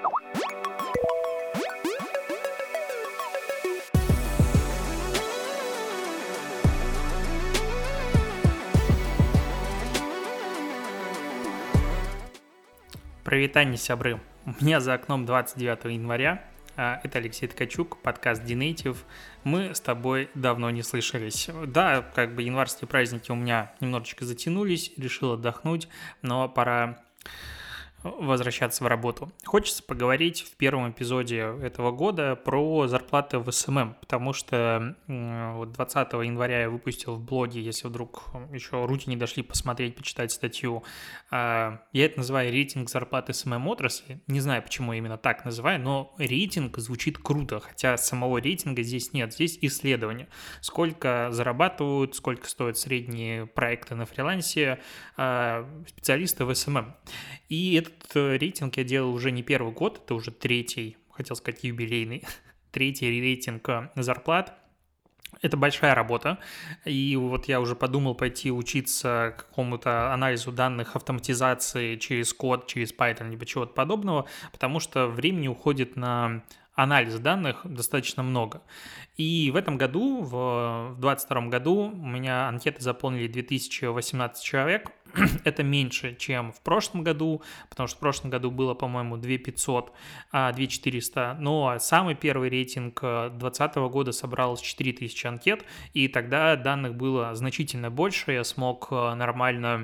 Привет, сябры! У меня за окном 29 января. Это Алексей Ткачук, подкаст D-Native. Мы с тобой давно не слышались. Да, январские праздники у меня немножечко затянулись, решил отдохнуть, но пора возвращаться в работу. Хочется поговорить в первом эпизоде этого года про зарплаты в СММ, потому что 20 января я выпустил в блоге, если вдруг еще руки не дошли посмотреть, почитать статью. Я это называю рейтинг зарплаты СММ отрасли. Не знаю, почему именно так называю, но рейтинг звучит круто, хотя самого рейтинга здесь нет. Здесь исследование. Сколько зарабатывают, сколько стоят средние проекты на фрилансе специалисты в СММ. И этот рейтинг я делал уже не первый год, это уже третий, хотел сказать юбилейный, третий рейтинг зарплат. Это большая работа, и вот я уже подумал пойти учиться какому-то анализу данных, автоматизации через код, через Python, либо чего-то подобного, потому что времени уходит на анализ данных достаточно много. И в этом году, в 2022 году, у меня анкеты заполнили 2018 человек. Это меньше, чем в прошлом году, потому что в прошлом году было, по-моему, 2500, 2400. Но самый первый рейтинг 2020 года собрал 4000 анкет, и тогда данных было значительно больше. Я смог нормально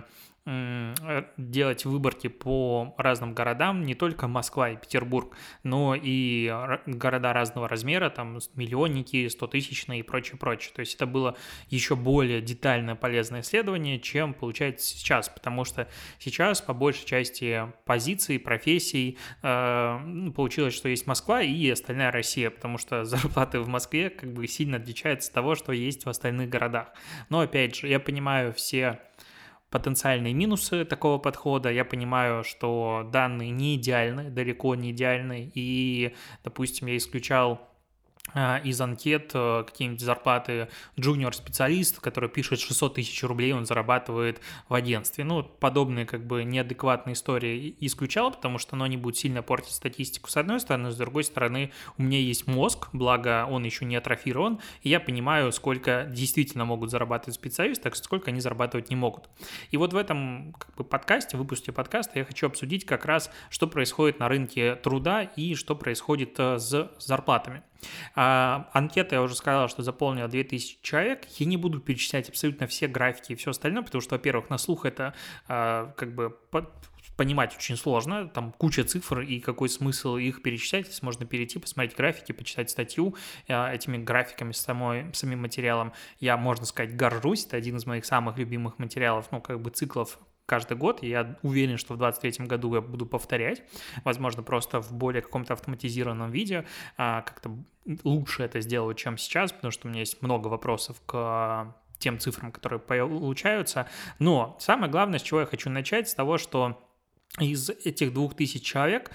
делать выборки по разным городам, не только Москва и Петербург, но и города разного размера, там миллионники, 100-тысячные и прочее. То есть это было еще более детальное, полезное исследование, чем получается сейчас, потому что сейчас по большей части позиций, профессий получилось, что есть Москва и остальная Россия, потому что зарплаты в Москве сильно отличаются от того, что есть в остальных городах. Но опять же, я понимаю все потенциальные минусы такого подхода. Я понимаю, что данные не идеальны, далеко не идеальны, и, допустим, я исключал из анкет какие-нибудь зарплаты джуниор-специалист, который пишет 600 тысяч рублей, он зарабатывает в агентстве. Подобные неадекватные истории исключал, потому что они будут сильно портить статистику с одной стороны, с другой стороны у меня есть мозг, благо он еще не атрофирован, и я понимаю, сколько действительно могут зарабатывать специалисты, так сколько они зарабатывать не могут. И вот в этом выпуске подкаста я хочу обсудить как раз, что происходит на рынке труда и что происходит с зарплатами. Анкета, я уже сказал, что заполнила 2000 человек. Я не буду перечислять абсолютно все графики и все остальное, потому что, во-первых, на слух это понимать очень сложно, там куча цифр, и какой смысл их перечислять, если можно перейти, посмотреть графики, почитать статью этими графиками, самим материалом. Я, можно сказать, горжусь, это один из моих самых любимых материалов, циклов каждый год, и я уверен, что в 2023 году я буду повторять, возможно, просто в более каком-то автоматизированном виде, как-то лучше это сделаю, чем сейчас, потому что у меня есть много вопросов к тем цифрам, которые получаются, но самое главное, с чего я хочу начать, с того, что из этих 2000 человек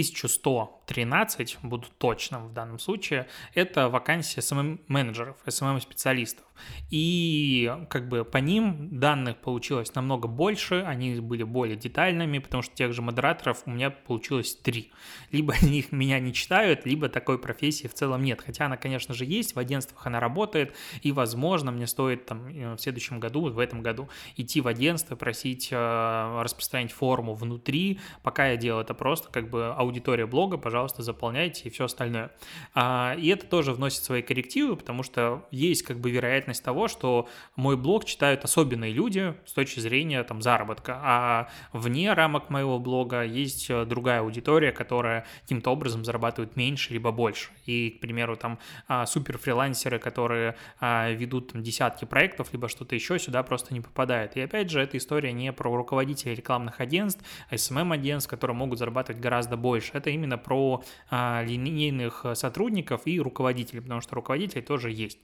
1113, буду точным в данном случае, это вакансии SMM-менеджеров, SMM-специалистов. И по ним данных получилось намного больше, они были более детальными, потому что тех же модераторов у меня получилось 3. Либо они меня не читают, либо такой профессии в целом нет. Хотя она, конечно же, есть, в агентствах она работает, и, возможно, мне стоит в следующем году, в этом году идти в агентство, просить распространить форму внутри. Пока я делаю это просто аудитория блога, пожалуйста, заполняйте и все остальное. И это тоже вносит свои коррективы, потому что есть вероятность того, что мой блог читают особенные люди с точки зрения заработка, а вне рамок моего блога есть другая аудитория, которая каким-то образом зарабатывает меньше либо больше. И, к примеру, суперфрилансеры, которые ведут десятки проектов, либо что-то еще, сюда просто не попадают. И опять же, эта история не про руководителей рекламных агентств, а SMM-агентств, которые могут зарабатывать гораздо больше. Это именно про линейных сотрудников и руководителей, потому что руководители тоже есть.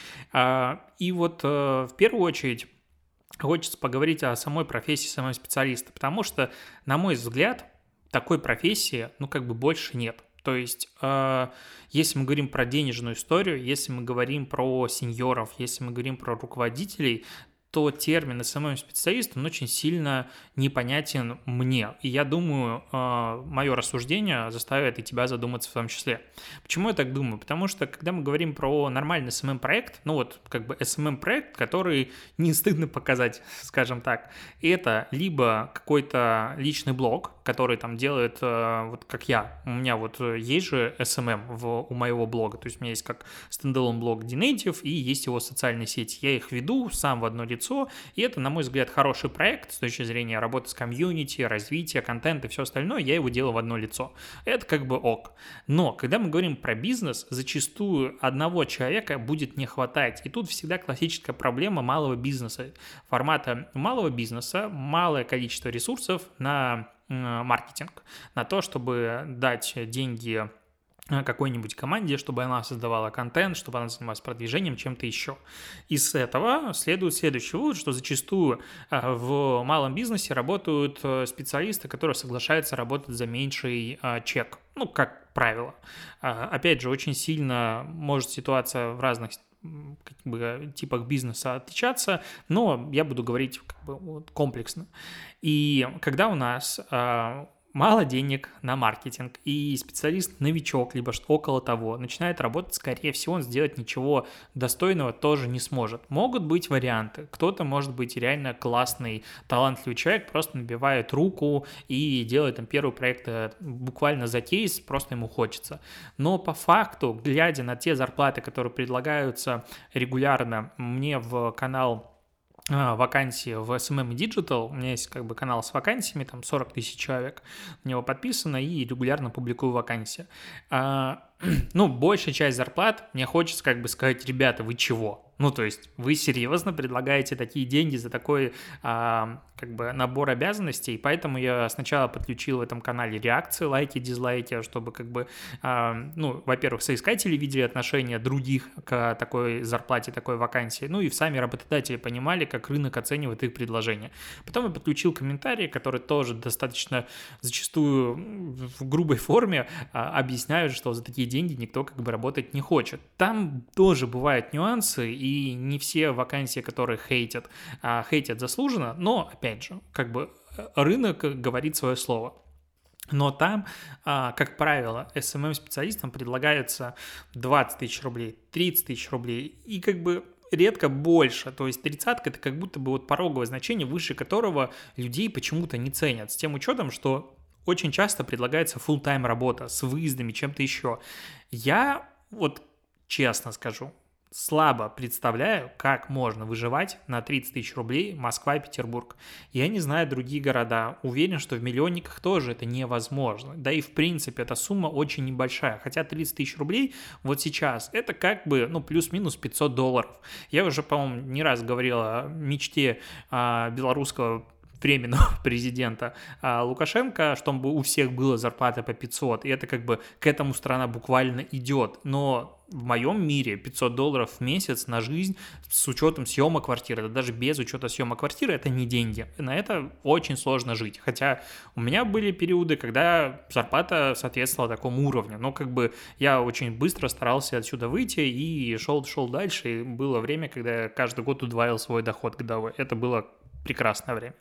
И в первую очередь хочется поговорить о самой профессии самого специалиста, потому что, на мой взгляд, такой профессии, больше нет. То есть, если мы говорим про денежную историю, если мы говорим про сеньоров, если мы говорим про руководителей, то термин SMM-специалист, он очень сильно непонятен мне. И я думаю, мое рассуждение заставит и тебя задуматься в том числе. Почему я так думаю? Потому что, когда мы говорим про нормальный SMM-проект, ну вот как бы SMM-проект, который не стыдно показать, скажем так, это либо какой-то личный блог, который там делает, вот как я, у меня вот есть же SMM у моего блога, то есть у меня есть как стендалон блог DNative и есть его социальные сети. Я их веду сам в одно лицо, и это, на мой взгляд, хороший проект с точки зрения работы с комьюнити, развития контента и все остальное, я его делаю в одно лицо. Это как бы ок. Но когда мы говорим про бизнес, зачастую одного человека будет не хватать. И тут всегда классическая проблема малого бизнеса. Формата малого бизнеса, малое количество ресурсов на маркетинг, на то, чтобы дать деньги какой-нибудь команде, чтобы она создавала контент, чтобы она занималась продвижением, чем-то еще. Из этого следует следующий вывод, что зачастую в малом бизнесе работают специалисты, которые соглашаются работать за меньший чек, ну, как правило. Опять же, очень сильно может ситуация в разных как бы типах бизнеса отличаться, но я буду говорить как бы вот комплексно. И когда у нас мало денег на маркетинг, и специалист-новичок, либо что около того, начинает работать, скорее всего, он сделать ничего достойного тоже не сможет. Могут быть варианты. Кто-то, может быть, реально классный, талантливый человек, просто набивает руку и делает там первый проект буквально за кейс, просто ему хочется. Но по факту, глядя на те зарплаты, которые предлагаются регулярно мне в канал вакансии в SMM и Digital, у меня есть как бы канал с вакансиями, там 40 тысяч человек на него подписано, и регулярно публикую вакансии. Ну, большая часть зарплат, мне хочется как бы сказать, ребята, вы чего? Ну, то есть вы серьезно предлагаете такие деньги за такой как бы набор обязанностей, поэтому я сначала подключил в этом канале реакции, лайки, дизлайки, чтобы как бы, ну, во-первых, соискатели видели отношения других к такой зарплате, такой вакансии, ну и сами работодатели понимали, как рынок оценивает их предложения. Потом я подключил комментарии, которые тоже достаточно зачастую в грубой форме объясняют, что за такие деньги никто как бы работать не хочет. Там тоже бывают нюансы, и не все вакансии, которые хейтят заслуженно, но, опять же, как бы рынок говорит свое слово. Но там, как правило, SMM-специалистам предлагается 20 тысяч рублей, 30 тысяч рублей, и как бы редко больше, то есть 30-ка это как будто бы вот пороговое значение, выше которого людей почему-то не ценят, с тем учетом, что очень часто предлагается full-time работа с выездами, чем-то еще. Я вот честно скажу, слабо представляю, как можно выживать на 30 тысяч рублей Москва и Петербург. Я не знаю другие города. Уверен, что в миллионниках тоже это невозможно. Да и в принципе эта сумма очень небольшая. Хотя 30 тысяч рублей вот сейчас это как бы, ну, плюс-минус $500. Я уже, по-моему, не раз говорил о мечте белорусского временного президента Лукашенко, чтобы у всех была зарплата по 500, и это как бы к этому страна буквально идет, но в моем мире $500 в месяц на жизнь с учетом съема квартиры, да даже без учета съема квартиры, это не деньги, на это очень сложно жить, хотя у меня были периоды, когда зарплата соответствовала такому уровню, но как бы я очень быстро старался отсюда выйти и шел дальше, и было время, когда я каждый год удваивал свой доход годовой, это было прекрасное время.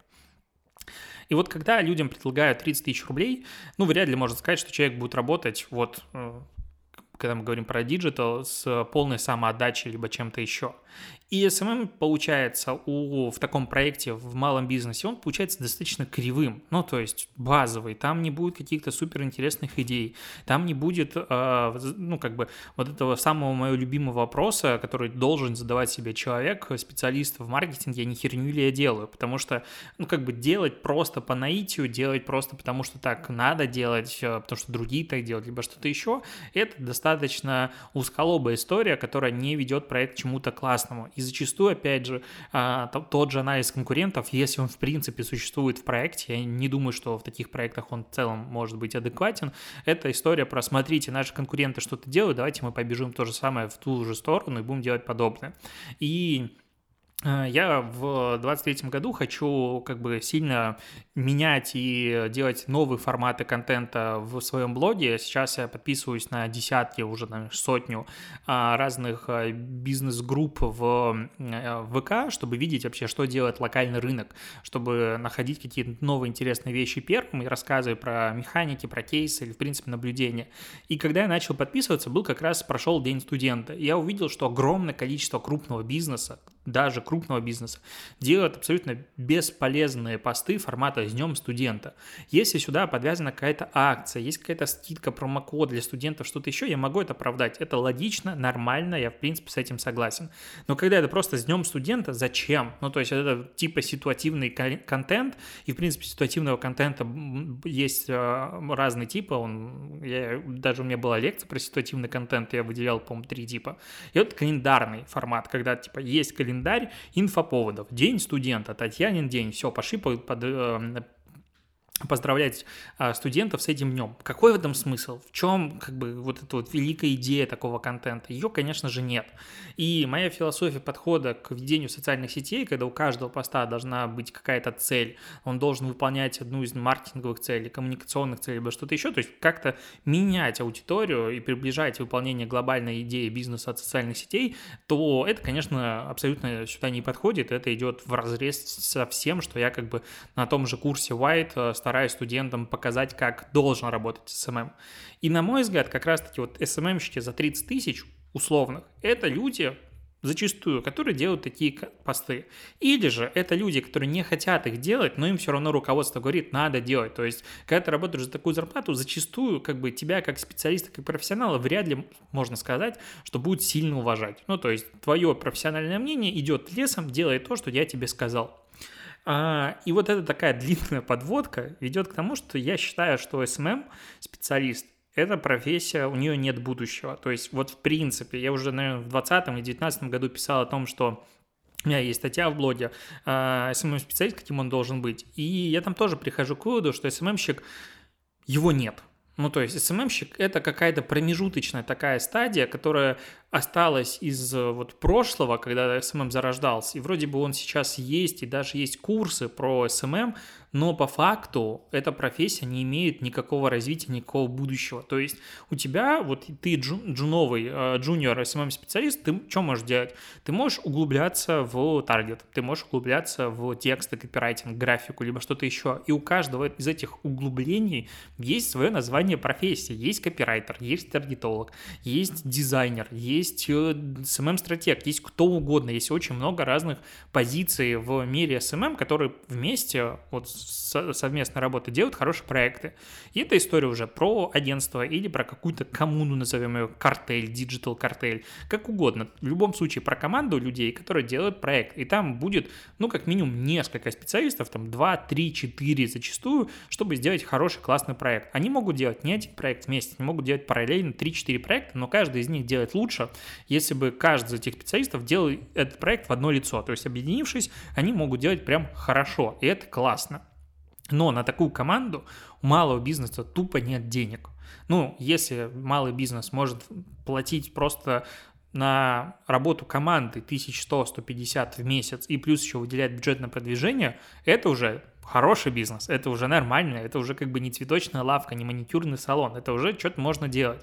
И вот когда людям предлагают 30 тысяч рублей, ну, вряд ли можно сказать, что человек будет работать, вот, когда мы говорим про диджитал, с полной самоотдачей либо чем-то еще. И SMM получается в таком проекте в малом бизнесе, он получается достаточно кривым, ну, то есть базовый, там не будет каких-то суперинтересных идей, там не будет, ну, как бы вот этого самого моего любимого вопроса, который должен задавать себе человек, специалист в маркетинге, а не херню ли я делаю, потому что, ну, как бы делать просто по наитию, делать просто потому, что так надо делать, потому что другие так делают, либо что-то еще, это достаточно узколобая история, которая не ведет проект к чему-то классному. И зачастую, опять же, тот же анализ конкурентов, если он в принципе существует в проекте, я не думаю, что в таких проектах он в целом может быть адекватен, это история про смотрите, наши конкуренты что-то делают, давайте мы побежим то же самое в ту же сторону и будем делать подобное. И Я в 23-м году хочу как бы сильно менять и делать новые форматы контента в своем блоге. Сейчас я подписываюсь на десятки, уже, наверное, сотню разных бизнес-групп в ВК, чтобы видеть вообще, что делает локальный рынок, чтобы находить какие-то новые интересные вещи первым и рассказывать про механики, про кейсы или, в принципе, наблюдения. И когда я начал подписываться, прошел День студента. И я увидел, что огромное количество крупного бизнеса, даже крупного бизнеса, делают абсолютно бесполезные посты формата «С днем студента». Если сюда подвязана какая-то акция, есть какая-то скидка, промокод для студентов, что-то еще, я могу это оправдать. Это логично, нормально, я, в принципе, с этим согласен. Но когда это просто «С днем студента», зачем? Ну, то есть это типа ситуативный контент, и, в принципе, ситуативного контента есть разные типы. Даже у меня была лекция про ситуативный контент, я выделял, по-моему, 3 типа. И вот календарный формат, когда, типа, есть календарь инфоповодов. День студента, Татьянин день. Все, пошли поздравлять студентов с этим днем. Какой в этом смысл? В чем как бы вот эта вот великая идея такого контента? Ее, конечно же, нет. И моя философия подхода к ведению социальных сетей, когда у каждого поста должна быть какая-то цель, он должен выполнять одну из маркетинговых целей, коммуникационных целей, либо что-то еще, то есть как-то менять аудиторию и приближать выполнение глобальной идеи бизнеса от социальных сетей, то это, конечно, абсолютно сюда не подходит, это идет вразрез со всем, что я как бы на том же курсе White стараюсь студентам показать, как должен работать SMM. И, на мой взгляд, как раз-таки вот SMM-щики за 30 тысяч условных, это люди, зачастую, которые делают такие посты. Или же это люди, которые не хотят их делать, но им все равно руководство говорит, надо делать. То есть, когда ты работаешь за такую зарплату, зачастую как бы тебя как специалиста, как профессионала вряд ли можно сказать, что будет сильно уважать. Ну, то есть, твое профессиональное мнение идет лесом, делай то, что я тебе сказал. И вот эта такая длинная подводка ведет к тому, что я считаю, что SMM-специалист – это профессия, у нее нет будущего. То есть вот в принципе, я уже, наверное, в 2020 и 2019 году писал о том, что у меня есть статья в блоге SMM-специалист, каким он должен быть. И я там тоже прихожу к выводу, что SMM-щик, его нет. Ну, то есть SMM-щик – это какая-то промежуточная такая стадия, которая осталась из вот прошлого, когда SMM зарождался, и вроде бы он сейчас есть, и даже есть курсы про SMM, но по факту эта профессия не имеет никакого развития, никакого будущего. То есть у тебя, вот ты джуниор SMM-специалист, ты что можешь делать? Ты можешь углубляться в таргет, ты можешь углубляться в тексты, копирайтинг, графику, либо что-то еще. И у каждого из этих углублений есть свое название профессии. Есть копирайтер, есть таргетолог, есть дизайнер, есть SMM-стратег, есть кто угодно. Есть очень много разных позиций в мире SMM, которые вместе вот совместно работают, делают хорошие проекты. И эта история уже про агентство или про какую-то коммуну, назовем ее картель, диджитал-картель, как угодно. В любом случае про команду людей, которые делают проект. И там будет, ну, как минимум несколько специалистов, там 2, 3, 4 зачастую, чтобы сделать хороший, классный проект. Они могут делать не один проект вместе, они могут делать параллельно 3-4 проекта, но каждый из них делает лучше, если бы каждый из этих специалистов делал этот проект в одно лицо. То есть, объединившись, они могут делать прям хорошо, и это классно. Но на такую команду у малого бизнеса тупо нет денег. Ну, если малый бизнес может платить просто на работу команды 1100-150 в месяц и плюс еще выделять бюджет на продвижение, это уже хороший бизнес, это уже нормально, это уже как бы не цветочная лавка, не маникюрный салон, это уже что-то можно делать.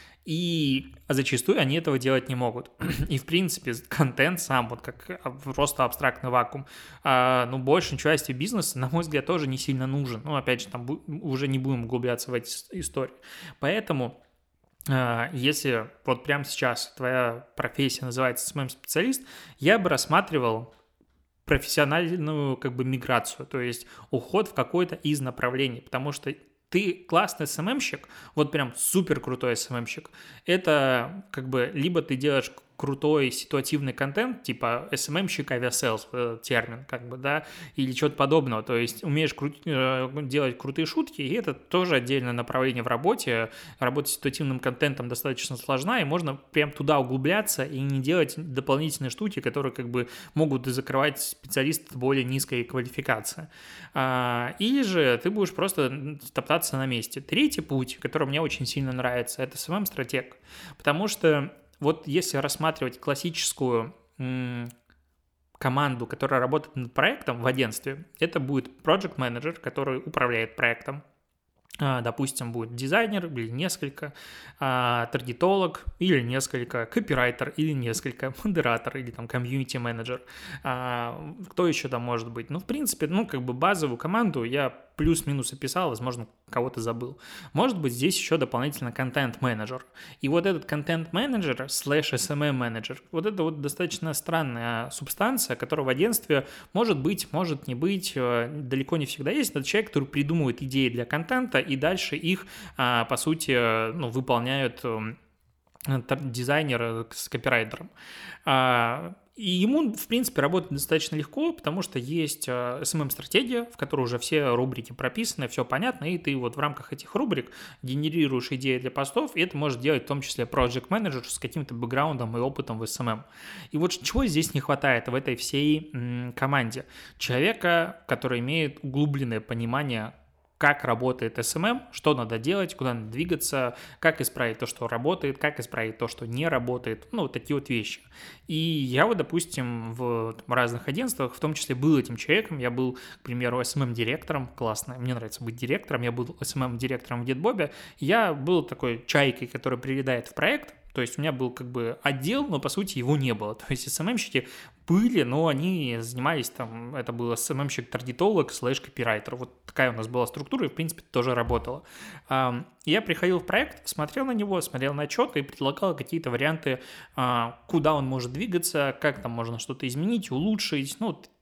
И зачастую они этого делать не могут. И, в принципе, контент сам, вот как просто абстрактный вакуум, ну, большей части бизнеса, на мой взгляд, тоже не сильно нужен. Ну, опять же, там уже не будем углубляться в эти истории. Поэтому, если вот прямо сейчас твоя профессия называется SMM-специалист, я бы рассматривал профессиональную как бы миграцию, то есть уход в какое-то из направлений, потому что ты классный SMM-щик, вот прям супер крутой SMM-щик, это как бы либо ты делаешь крутой ситуативный контент, типа SMM-щик авиаселс, термин, как бы, да, или что-то подобного, то есть умеешь делать крутые шутки, и это тоже отдельное направление в работе, работа с ситуативным контентом достаточно сложна, и можно прям туда углубляться и не делать дополнительные штуки, которые как бы могут закрывать специалиста более низкой квалификации. Или же ты будешь просто топтаться на месте. Третий путь, который мне очень сильно нравится, это SMM-стратег, потому что вот если рассматривать классическую команду, которая работает над проектом в агентстве, это будет project manager, который управляет проектом. Допустим, будет дизайнер или несколько, таргетолог или несколько, копирайтер или несколько, модератор или там комьюнити-менеджер. Кто еще там может быть? В принципе, базовую команду я плюс-минус описал, возможно, кого-то забыл. Может быть, здесь еще дополнительно контент-менеджер. И вот этот контент-менеджер / SMM-менеджер, вот это вот достаточно странная субстанция, которая в агентстве может быть, может не быть, далеко не всегда есть. Это человек, который придумывает идеи для контента и дальше их, по сути, выполняют дизайнер с копирайтером. И ему, в принципе, работать достаточно легко, потому что есть SMM-стратегия, в которой уже все рубрики прописаны, все понятно, и ты вот в рамках этих рубрик генерируешь идеи для постов, и это может делать в том числе project manager с каким-то бэкграундом и опытом в SMM. И вот чего здесь не хватает в этой всей команде? Человека, который имеет углубленное понимание, как работает SMM, что надо делать, куда надо двигаться, как исправить то, что работает, как исправить то, что не работает, вот такие вот вещи. И я вот, допустим, в разных агентствах, в том числе был этим человеком, я был, к примеру, SMM-директором, классно, мне нравится быть директором, я был SMM-директором в GitBob, я был такой чайкой, которая прилетает в проект. То есть у меня был отдел, но по сути его не было. То есть SMM-щики были, но они занимались это был SMM-щик-таргетолог / копирайтер. Вот такая у нас была структура, и в принципе тоже работала. Я приходил в проект, смотрел на него, смотрел на отчеты и предлагал какие-то варианты, куда он может двигаться, как там можно что-то изменить, улучшить,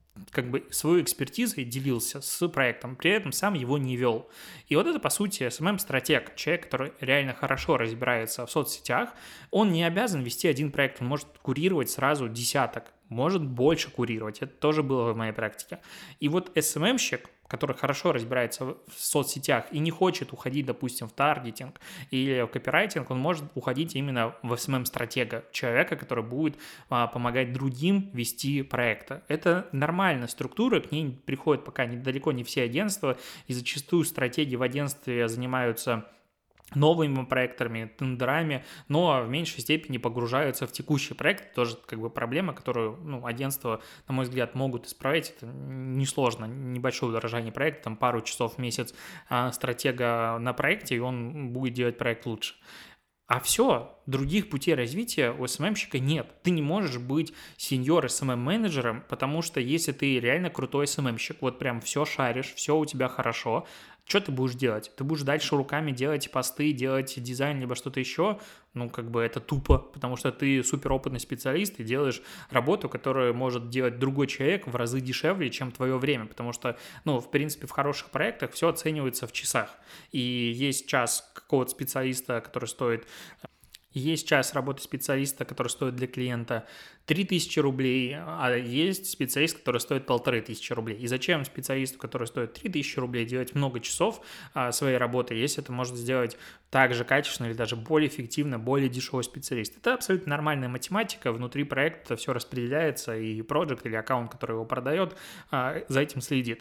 свою экспертизой делился с проектом, при этом сам его не вел. И вот это, по сути, SMM-стратег, человек, который реально хорошо разбирается в соцсетях, он не обязан вести один проект, он может курировать сразу десяток, может больше курировать, это тоже было в моей практике. И вот SMM-щик, который хорошо разбирается в соцсетях и не хочет уходить, допустим, в таргетинг или в копирайтинг, он может уходить именно в SMM-стратега, человека, который будет помогать другим вести проекты. Это нормальная структура, к ней приходят пока далеко не все агентства, и зачастую стратегии в агентстве занимаются новыми проектами, тендерами, но в меньшей степени погружаются в текущий проект. Тоже проблема, которую агентства, на мой взгляд, могут исправить. Это несложно, небольшое удорожание проекта, пару часов в месяц стратега на проекте, и он будет делать проект лучше. А все, других путей развития у SMM-щика нет. Ты не можешь быть сеньор SMM-менеджером, потому что если ты реально крутой SMM-щик, вот прям все шаришь, все у тебя хорошо, что ты будешь делать? Ты будешь дальше руками делать посты, делать дизайн, либо что-то еще? Это тупо, потому что ты суперопытный специалист и делаешь работу, которую может делать другой человек в разы дешевле, чем твое время, потому что, в принципе, в хороших проектах все оценивается в часах. И есть час какого-то специалиста, который стоит... Есть час работы специалиста, который стоит для клиента 3000 рублей, а есть специалист, который стоит 1500 рублей. И зачем специалисту, который стоит 3000 рублей, делать много часов своей работы, если это может сделать так же качественно или даже более эффективно, более дешевый специалист? Это абсолютно нормальная математика, внутри проекта все распределяется, и проект или аккаунт, который его продает, за этим следит.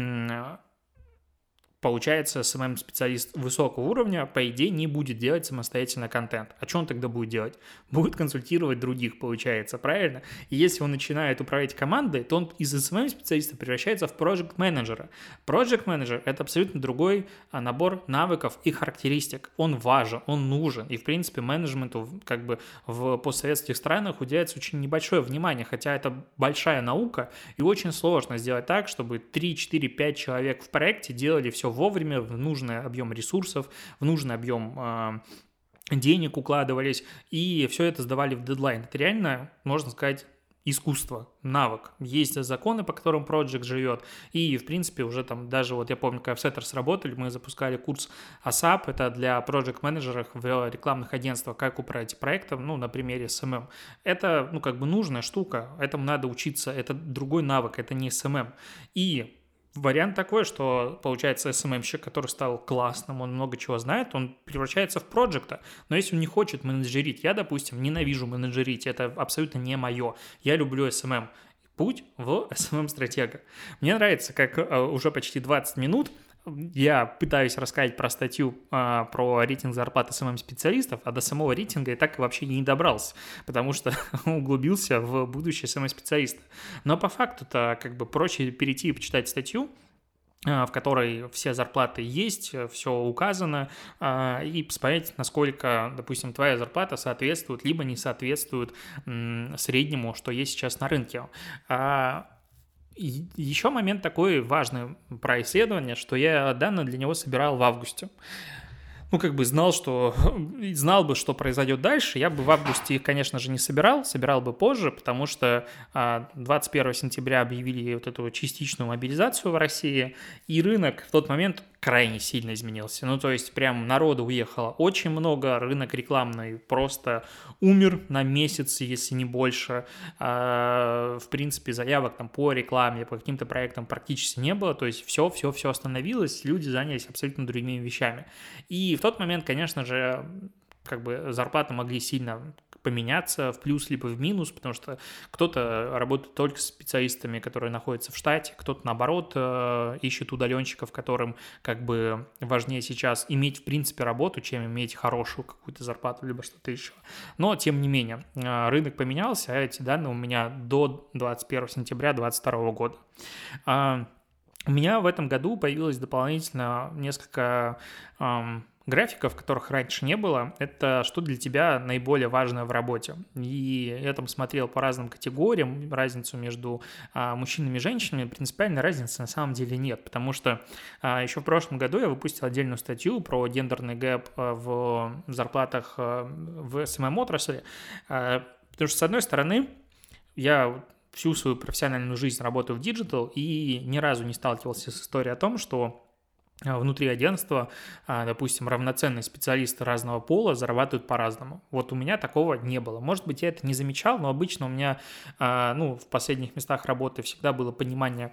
Получается, SMM-специалист высокого уровня, по идее, не будет делать самостоятельно контент. А что он тогда будет делать? Будет консультировать других, получается, правильно? И если он начинает управлять командой, то он из SMM-специалиста превращается в проект-менеджера. Проект-менеджер – это абсолютно другой набор навыков и характеристик. Он важен, он нужен. И, в принципе, менеджменту в постсоветских странах уделяется очень небольшое внимание, хотя это большая наука, и очень сложно сделать так, чтобы 3, 4, 5 человек в проекте делали все вовремя, в нужный объем ресурсов, в нужный объем денег укладывались, и все это сдавали в дедлайн. Это реально, можно сказать, искусство, навык. Есть законы, по которым проект живет, и, в принципе, уже даже я помню, когда в Setters работали, мы запускали курс ASAP, это для проект-менеджеров в рекламных агентствах, как управлять проектом, на примере SMM. Это, нужная штука, этому надо учиться, это другой навык, это не SMM. И вариант такой, что, получается, SMM-щик, который стал классным, он много чего знает, он превращается в проекта, но если он не хочет менеджерить, я, допустим, ненавижу менеджерить, это абсолютно не мое, я люблю SMM, путь в SMM-стратега. Мне нравится, как уже почти 20 минут я пытаюсь рассказать про статью про рейтинг зарплат СММ-специалистов, а до самого рейтинга я так и вообще не добрался, потому что углубился в будущее СММ-специалиста. Но по факту-то как бы проще перейти и почитать статью, в которой все зарплаты есть, все указано, и посмотреть, насколько, допустим, твоя зарплата соответствует, либо не соответствует среднему, что есть сейчас на рынке. Еще момент такой важный про исследование, что я данные для него собирал в августе. Ну, как бы знал бы, что произойдет дальше, я бы в августе их, конечно же, не собирал бы позже, потому что 21 сентября объявили вот эту частичную мобилизацию в России, и рынок в тот момент крайне сильно изменился. Ну, то есть прям народу уехало очень много, рынок рекламный просто умер на месяц, если не больше. В принципе, заявок там по рекламе, по каким-то проектам практически не было, то есть все остановилось, люди занялись абсолютно другими вещами. И в тот момент, конечно же, как бы зарплаты могли сильно поменяться в плюс либо в минус, потому что кто-то работает только с специалистами, которые находятся в штате, кто-то, наоборот, ищет удаленщиков, которым как бы важнее сейчас иметь, в принципе, работу, чем иметь хорошую какую-то зарплату, либо что-то еще. Но, тем не менее, рынок поменялся, а эти данные у меня до 21 сентября 2022 года. У меня в этом году появилось дополнительно несколько графиков, которых раньше не было. Это что для тебя наиболее важное в работе. И я там смотрел по разным категориям разницу между мужчинами и женщинами. Принципиальной разницы на самом деле нет, потому что еще в прошлом году я выпустил отдельную статью про гендерный гэп в зарплатах в СММ-отрасли. Потому что, с одной стороны, я всю свою профессиональную жизнь работаю в диджитал и ни разу не сталкивался с историей о том, что внутри агентства, допустим, равноценные специалисты разного пола зарабатывают по-разному. Вот у меня такого не было. Может быть, я это не замечал, но обычно у меня, в последних местах работы всегда было понимание,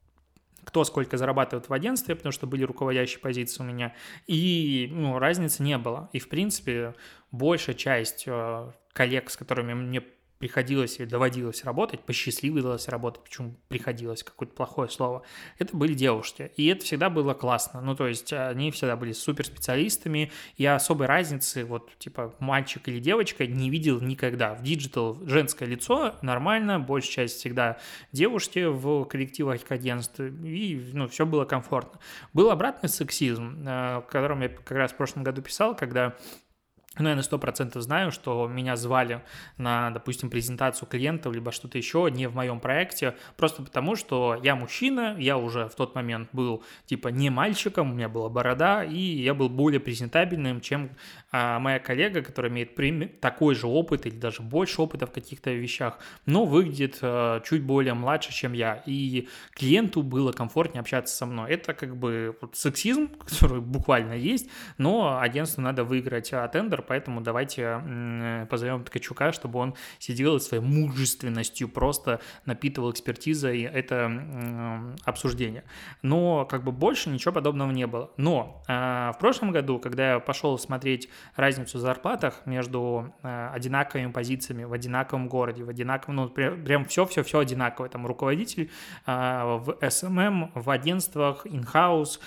кто сколько зарабатывает в агентстве, потому что были руководящие позиции у меня, и разницы не было. И, в принципе, большая часть коллег, с которыми мне приходилось или доводилось работать, посчастливилось работать, почему приходилось, какое-то плохое слово, это были девушки. И это всегда было классно. Ну, то есть они всегда были суперспециалистами. Я особой разницы, вот, типа, мальчик или девочка не видел никогда. В диджитал женское лицо нормально, большая часть всегда девушки в коллективах агентств, и, все было комфортно. Был обратный сексизм, о котором я как раз в прошлом году писал, когда я на 100% знаю, что меня звали на, допустим, презентацию клиентов, либо что-то еще не в моем проекте, просто потому, что я мужчина, я уже в тот момент был, типа, не мальчиком, у меня была борода, и я был более презентабельным, чем моя коллега, которая имеет такой же опыт или даже больше опыта в каких-то вещах, но выглядит чуть более младше, чем я, и клиенту было комфортнее общаться со мной. Это как бы сексизм, который буквально есть, но агентству надо выиграть тендер, поэтому давайте позовем Ткачука, чтобы он сидел и своей мужественностью просто напитывал экспертизой это обсуждение. Но как бы больше ничего подобного не было. Но в прошлом году, когда я пошел смотреть разницу в зарплатах между одинаковыми позициями в одинаковом городе, в одинаковом, прям все одинаковое, там руководитель в SMM, в агентствах, in-house,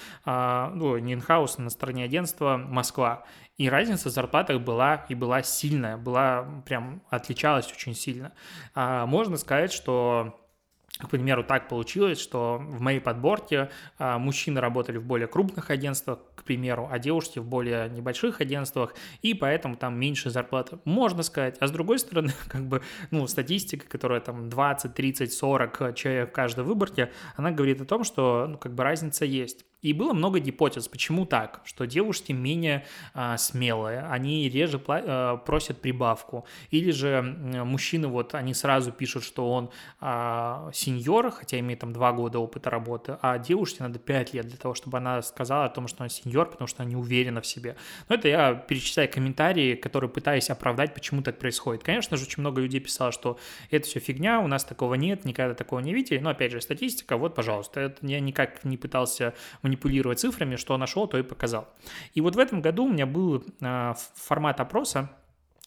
не in-house, а на стороне агентства Москва. И разница в зарплатах была сильная, прям отличалась очень сильно. Можно сказать, что, к примеру, так получилось, что в моей подборке мужчины работали в более крупных агентствах, к примеру, а девушки в более небольших агентствах, и поэтому там меньше зарплаты, можно сказать. А с другой стороны, как бы, статистика, которая там 20, 30, 40 человек в каждой выборке, она говорит о том, что, как бы разница есть. И было много гипотез, почему так, что девушки менее смелые, они реже просят прибавку, или же мужчины, они сразу пишут, что он сеньор, хотя имеет там 2 года опыта работы, а девушке надо 5 лет для того, чтобы она сказала о том, что он сеньор, потому что она не уверена в себе. Но это я перечисляю комментарии, которые пытаюсь оправдать, почему так происходит. Конечно же, очень много людей писало, что это все фигня, у нас такого нет, никогда такого не видели, но опять же, статистика, пожалуйста, это я никак не пытался манипулировать цифрами, что нашел, то и показал. И в этом году у меня был формат опроса,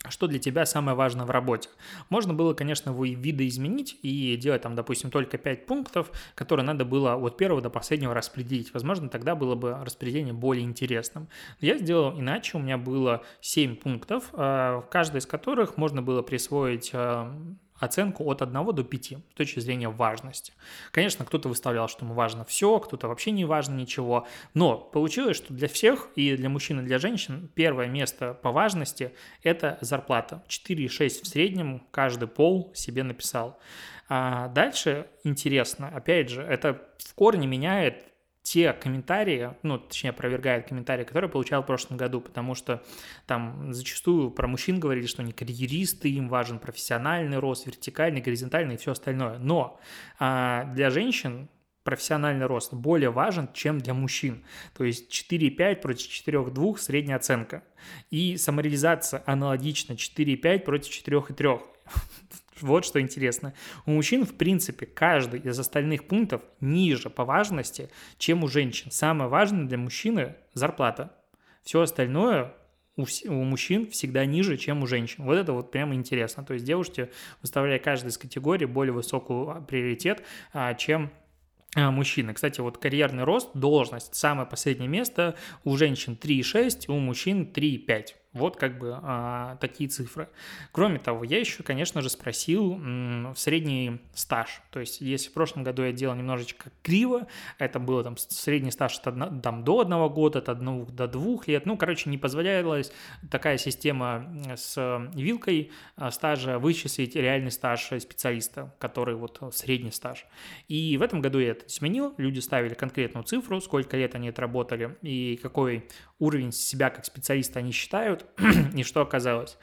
что для тебя самое важное в работе. Можно было, конечно, видоизменить и делать там, допустим, только 5 пунктов, которые надо было от первого до последнего распределить. Возможно, тогда было бы распределение более интересным. Но я сделал иначе, у меня было 7 пунктов, каждый из которых можно было присвоить оценку от 1 до 5 с точки зрения важности. Конечно, кто-то выставлял, что ему важно все, кто-то вообще не важно ничего, но получилось, что для всех, и для мужчин, и для женщин, первое место по важности – это зарплата. 4,6 в среднем каждый пол себе написал. А дальше интересно, опять же, это в корне меняет те комментарии, точнее, опровергает комментарии, которые я получал в прошлом году, потому что там зачастую про мужчин говорили, что они карьеристы, им важен профессиональный рост, вертикальный, горизонтальный и все остальное. Но для женщин профессиональный рост более важен, чем для мужчин. То есть 4,5 против 4,2 средняя оценка. И самореализация аналогично 4,5 против 4,3. Вот что интересно. У мужчин, в принципе, каждый из остальных пунктов ниже по важности, чем у женщин. Самое важное для мужчины – зарплата. Все остальное у мужчин всегда ниже, чем у женщин. Вот это вот прямо интересно. То есть девушки, выставляя каждую из категорий более высокий приоритет, чем мужчины. Кстати, вот карьерный рост, должность, самое последнее место у женщин 3,6, у мужчин 3,5. Вот как бы такие цифры. Кроме того, я еще, конечно же, спросил средний стаж. То есть, если в прошлом году я делал немножечко криво, это было там средний стаж там, до 1 года, от 1 до 2 лет. Не позволялась такая система с вилкой стажа вычислить реальный стаж специалиста, который вот средний стаж. И в этом году я это изменил. Люди ставили конкретную цифру, сколько лет они отработали и какой уровень себя как специалиста они считают. И что оказалось?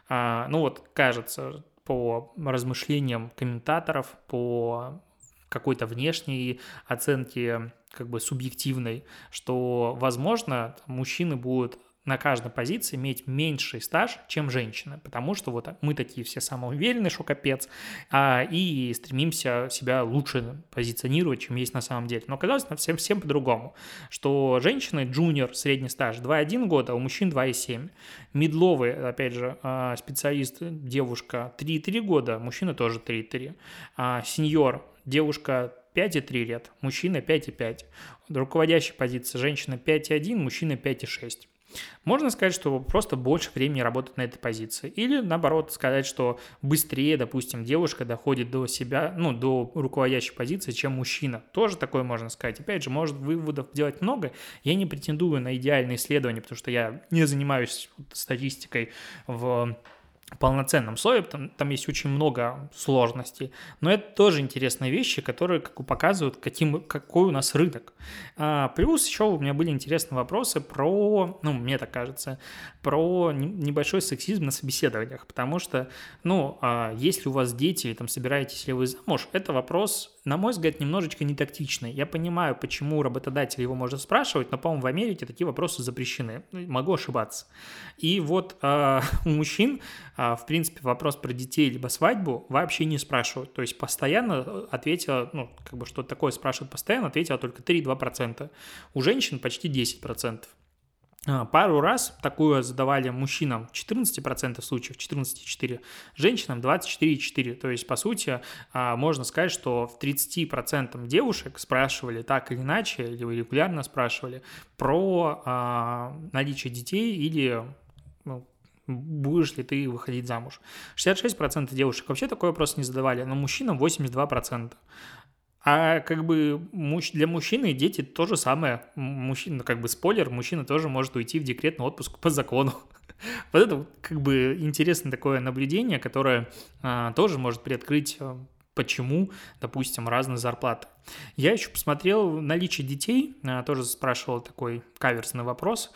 Кажется, по размышлениям комментаторов, по какой-то внешней оценке, как бы субъективной, что, возможно, мужчины будут на каждой позиции иметь меньший стаж, чем женщины, потому что вот мы такие все самоуверенные, что капец, и стремимся себя лучше позиционировать, чем есть на самом деле. Но оказалось всем по-другому, что женщины, джуниор, средний стаж 2,1 года, а у мужчин 2,7. Мидловый, опять же, специалист, девушка 3,3 года, мужчина тоже 3,3. Сеньор, девушка 5,3 лет, мужчина 5,5. Руководящая позиция женщина 5,1, мужчина 5,6. Можно сказать, что просто больше времени работать на этой позиции. Или, наоборот, сказать, что быстрее, допустим, девушка доходит до себя, до руководящей позиции, чем мужчина. Тоже такое можно сказать. Опять же, может выводов делать много. Я не претендую на идеальное исследование, потому что я не занимаюсь статистикой в полноценном слое, там есть очень много сложностей, но это тоже интересные вещи, которые показывают, какой у нас рынок. Плюс еще у меня были интересные вопросы про, мне так кажется, про небольшой сексизм на собеседованиях, потому что, если у вас дети, там, собираетесь ли вы замуж, это вопрос, на мой взгляд, немножечко нетактичный. Я понимаю, почему работодатель его может спрашивать, но, по-моему, в Америке такие вопросы запрещены. Могу ошибаться. И вот у мужчин, в принципе, вопрос про детей либо свадьбу вообще не спрашивают. То есть постоянно ответила, что такое спрашивают постоянно, ответила только 3,2%. У женщин почти 10%. Пару раз такую задавали мужчинам 14% случаев, 14,4%, женщинам 24,4%. То есть, по сути, можно сказать, что в 30% девушек спрашивали так или иначе, или регулярно спрашивали про наличие детей или будешь ли ты выходить замуж. 66% девушек вообще такой вопрос не задавали, но мужчинам 82%. А для мужчины дети то же самое. Мужчина, спойлер, мужчина тоже может уйти в декретный отпуск по закону. Вот это интересное такое наблюдение, которое тоже может приоткрыть, почему, допустим, разные зарплаты. Я еще посмотрел наличие детей, тоже спрашивал такой каверсный вопрос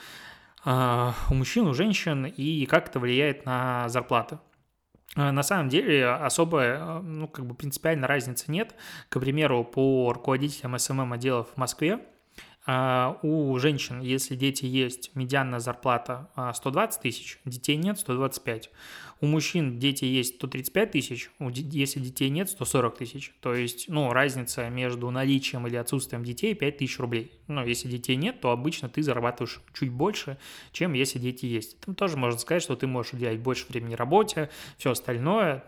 у мужчин, у женщин, и как это влияет на зарплаты. На самом деле особо, принципиальной разницы нет. К примеру, по руководителям СММ-отделов в Москве У женщин, если дети есть, медианная зарплата 120 тысяч, детей нет, 125. У мужчин дети есть 135 тысяч, если детей нет, 140 тысяч. То есть, разница между наличием или отсутствием детей 5 тысяч рублей. Если детей нет, то обычно ты зарабатываешь чуть больше, чем если дети есть. Там тоже можно сказать, что ты можешь уделять больше времени работе, все остальное.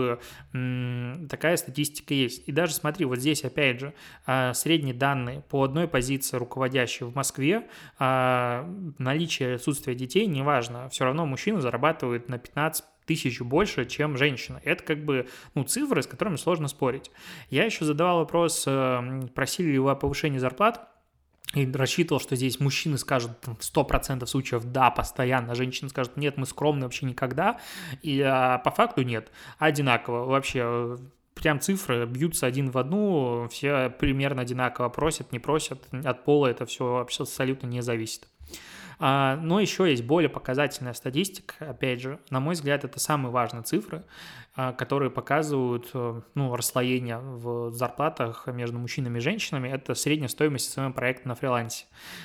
Такая статистика есть. И даже смотри, вот здесь опять же средние данные по одной позиции руководящей в Москве, наличие и отсутствие детей, неважно, все равно мужчина зарабатывает на 15 тысяч больше, чем женщина. Это цифры, с которыми сложно спорить. Я еще задавал вопрос, просили ли вы о повышении зарплат, и рассчитывал, что здесь мужчины скажут в 100% случаев «да» постоянно, женщины скажут «нет, мы скромны вообще никогда», и по факту нет, одинаково вообще. Прям цифры бьются один в одну, все примерно одинаково просят, не просят, от пола это все абсолютно не зависит. Но еще есть более показательная статистика, опять же, на мой взгляд, это самые важные цифры, которые показывают расслоение в зарплатах между мужчинами и женщинами. Это средняя стоимость СММ проекта на фрилансе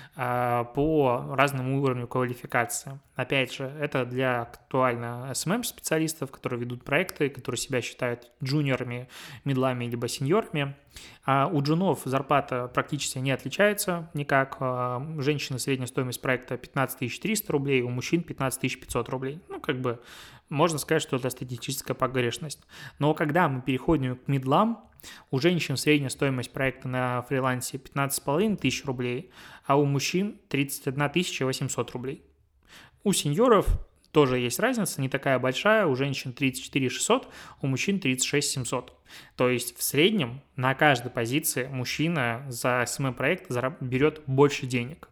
по разному уровню квалификации. Опять же, это для актуально СММ-специалистов, которые ведут проекты, которые себя считают джуниорами, мидлами либо сеньорами. У джунов зарплата практически не отличается никак. Женщины средняя стоимость проекта 15 300 рублей, у мужчин 15 500 рублей. Можно сказать, что это статистическая погрешность. Но когда мы переходим к мидлам, у женщин средняя стоимость проекта на фрилансе 15 500 рублей, а у мужчин 31 800 рублей. У сеньоров тоже есть разница, не такая большая, у женщин 34 600, у мужчин 36 700. То есть в среднем на каждой позиции мужчина за СММ-проект берет больше денег.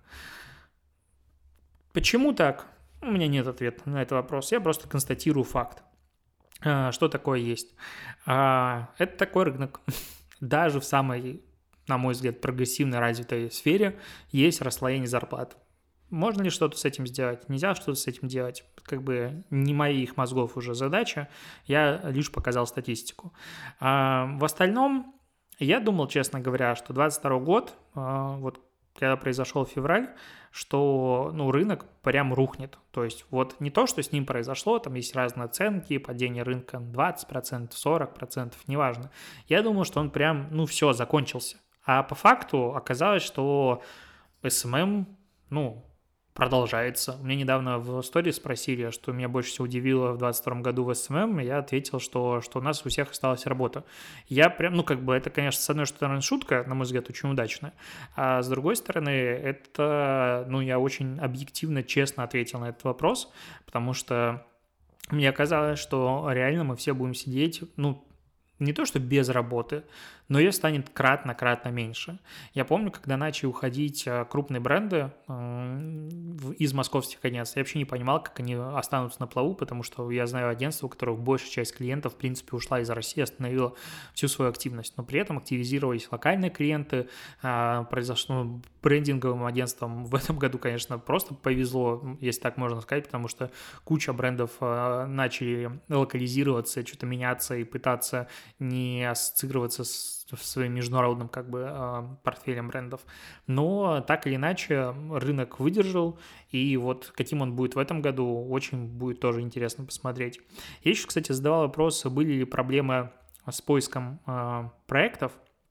Почему так? У меня нет ответа на этот вопрос, я просто констатирую факт. Что такое есть? Это такой рынок. Даже в самой, на мой взгляд, прогрессивной развитой сфере есть расслоение зарплат. Можно ли что-то с этим сделать? Нельзя что-то с этим делать. Не моих мозгов уже задача, я лишь показал статистику. В остальном, я думал, честно говоря, что 22 год, когда произошел февраль, что рынок прям рухнет. То есть не то, что с ним произошло, там есть разные оценки, падение рынка 20%, 40%, неважно. Я думал, что он прям, все, закончился. А по факту оказалось, что СММ, продолжается. Меня недавно в сторис спросили, что меня больше всего удивило в 2022 году в СММ, и я ответил, что у нас у всех осталась работа. Я прям, это, конечно, с одной стороны шутка, на мой взгляд, очень удачная, а с другой стороны, это, я очень объективно, честно ответил на этот вопрос, потому что мне казалось, что реально мы все будем сидеть, не то что без работы, но ее станет кратно меньше. Я помню, когда начали уходить крупные бренды из московских агентств, я вообще не понимал, как они останутся на плаву, потому что я знаю агентство, у которых большая часть клиентов, в принципе, ушла из России, остановила всю свою активность, но при этом активизировались локальные клиенты, произошло брендинговым агентствам в этом году, конечно, просто повезло, если так можно сказать, потому что куча брендов начали локализироваться, что-то меняться и пытаться не ассоциироваться с своим международным портфелем брендов. Но так или иначе рынок выдержал, и каким он будет в этом году, очень будет тоже интересно посмотреть. Я еще, кстати, задавал вопрос, были ли проблемы с поиском проектов,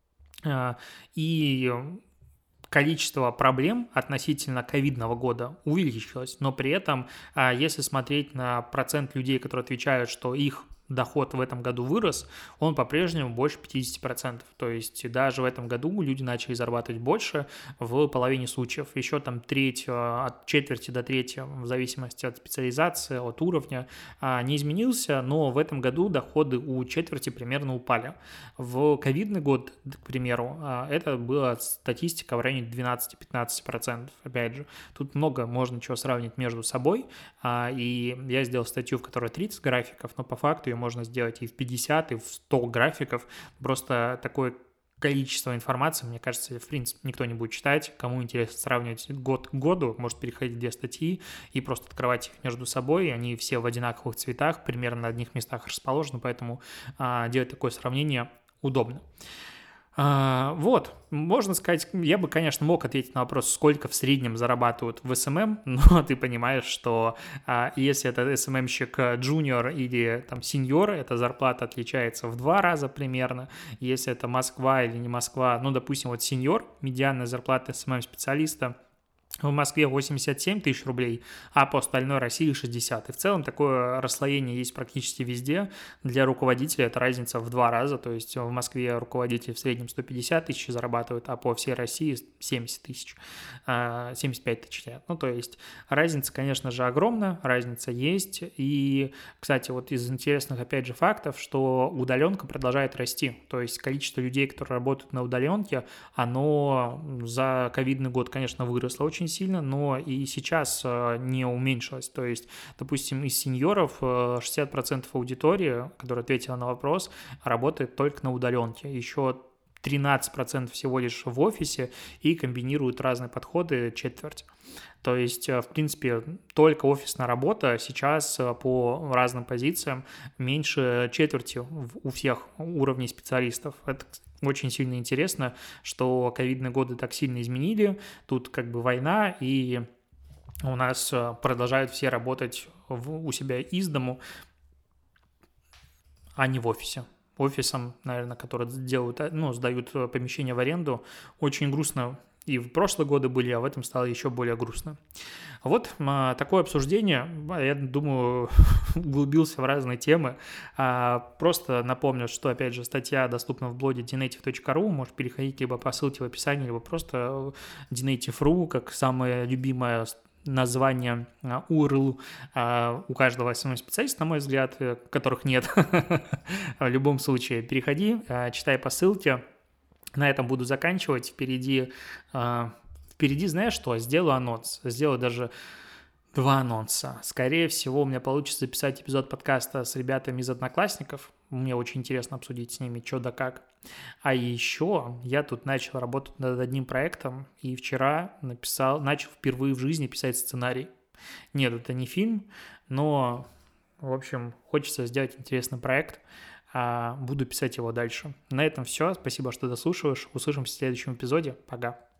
и количество проблем относительно ковидного года увеличилось, но при этом, если смотреть на процент людей, которые отвечают, что их доход в этом году вырос, он по-прежнему больше 50%. То есть даже в этом году люди начали зарабатывать больше в половине случаев. Еще там треть, от четверти до трети, в зависимости от специализации, от уровня, не изменился, но в этом году доходы у четверти примерно упали. В ковидный год, к примеру, это была статистика в районе 12-15%. Опять же, тут много можно чего сравнить между собой, и я сделал статью, в которой 30 графиков, но по факту ее можно сделать и в 50, и в 100 графиков. Просто такое количество информации, мне кажется, в принципе, никто не будет читать. Кому интересно сравнивать год к году, может переходить в две статьи и просто открывать их между собой. Они все в одинаковых цветах, примерно на одних местах расположены, поэтому делать такое сравнение удобно. Вот, можно сказать, я бы, конечно, мог ответить на вопрос, сколько в среднем зарабатывают в СММ, но ты понимаешь, что если это СММщик джуниор или там сеньор, эта зарплата отличается в 2 раза примерно. Если это Москва или не Москва, ну, допустим, вот сеньор, медианная зарплата СММ-специалиста в Москве 87 тысяч рублей, а по остальной России 60. И в целом такое расслоение есть практически везде. Для руководителя это разница в 2 раза, то есть в Москве руководитель в среднем 150 тысяч зарабатывает, а по всей России 70 тысяч, 75 тысяч. Ну, то есть разница, конечно же, огромна, разница есть. И, кстати, вот из интересных, опять же, фактов, что удаленка продолжает расти, то есть количество людей, которые работают на удаленке, оно за ковидный год, конечно, выросло очень сильно, но и сейчас не уменьшилось. То есть, допустим, из сеньоров 60% аудитории, которая ответила на вопрос, работает только на удаленке. Еще 13% всего лишь в офисе и комбинируют разные подходы четверть. То есть, в принципе, только офисная работа сейчас по разным позициям меньше четверти у всех уровней специалистов. Это очень сильно интересно, что ковидные годы так сильно изменили. Тут как бы война, и у нас продолжают все работать у себя из дому, а не в офисе. Офисам, наверное, которые делают, ну, сдают помещение в аренду, очень грустно. И в прошлые годы были, а в этом стало еще более грустно. Вот такое обсуждение, я думаю, углубился в разные темы. Просто напомню, что, опять же, статья доступна в блоге dnative.ru, можешь переходить либо по ссылке в описании, либо просто dnative.ru, как самое любимое название URL у каждого SMM-специалиста, на мой взгляд, которых нет. В любом случае, переходи, читай по ссылке. На этом буду заканчивать. Впереди, знаешь что? Сделаю анонс. Сделаю даже 2 анонса. Скорее всего, у меня получится записать эпизод подкаста с ребятами из Одноклассников. Мне очень интересно обсудить с ними, что да как. А еще я тут начал работать над одним проектом, и вчера начал впервые в жизни писать сценарий. Нет, это не фильм, но, в общем, хочется сделать интересный проект. Буду писать его дальше. На этом все. Спасибо, что дослушиваешь. Услышимся в следующем эпизоде. Пока.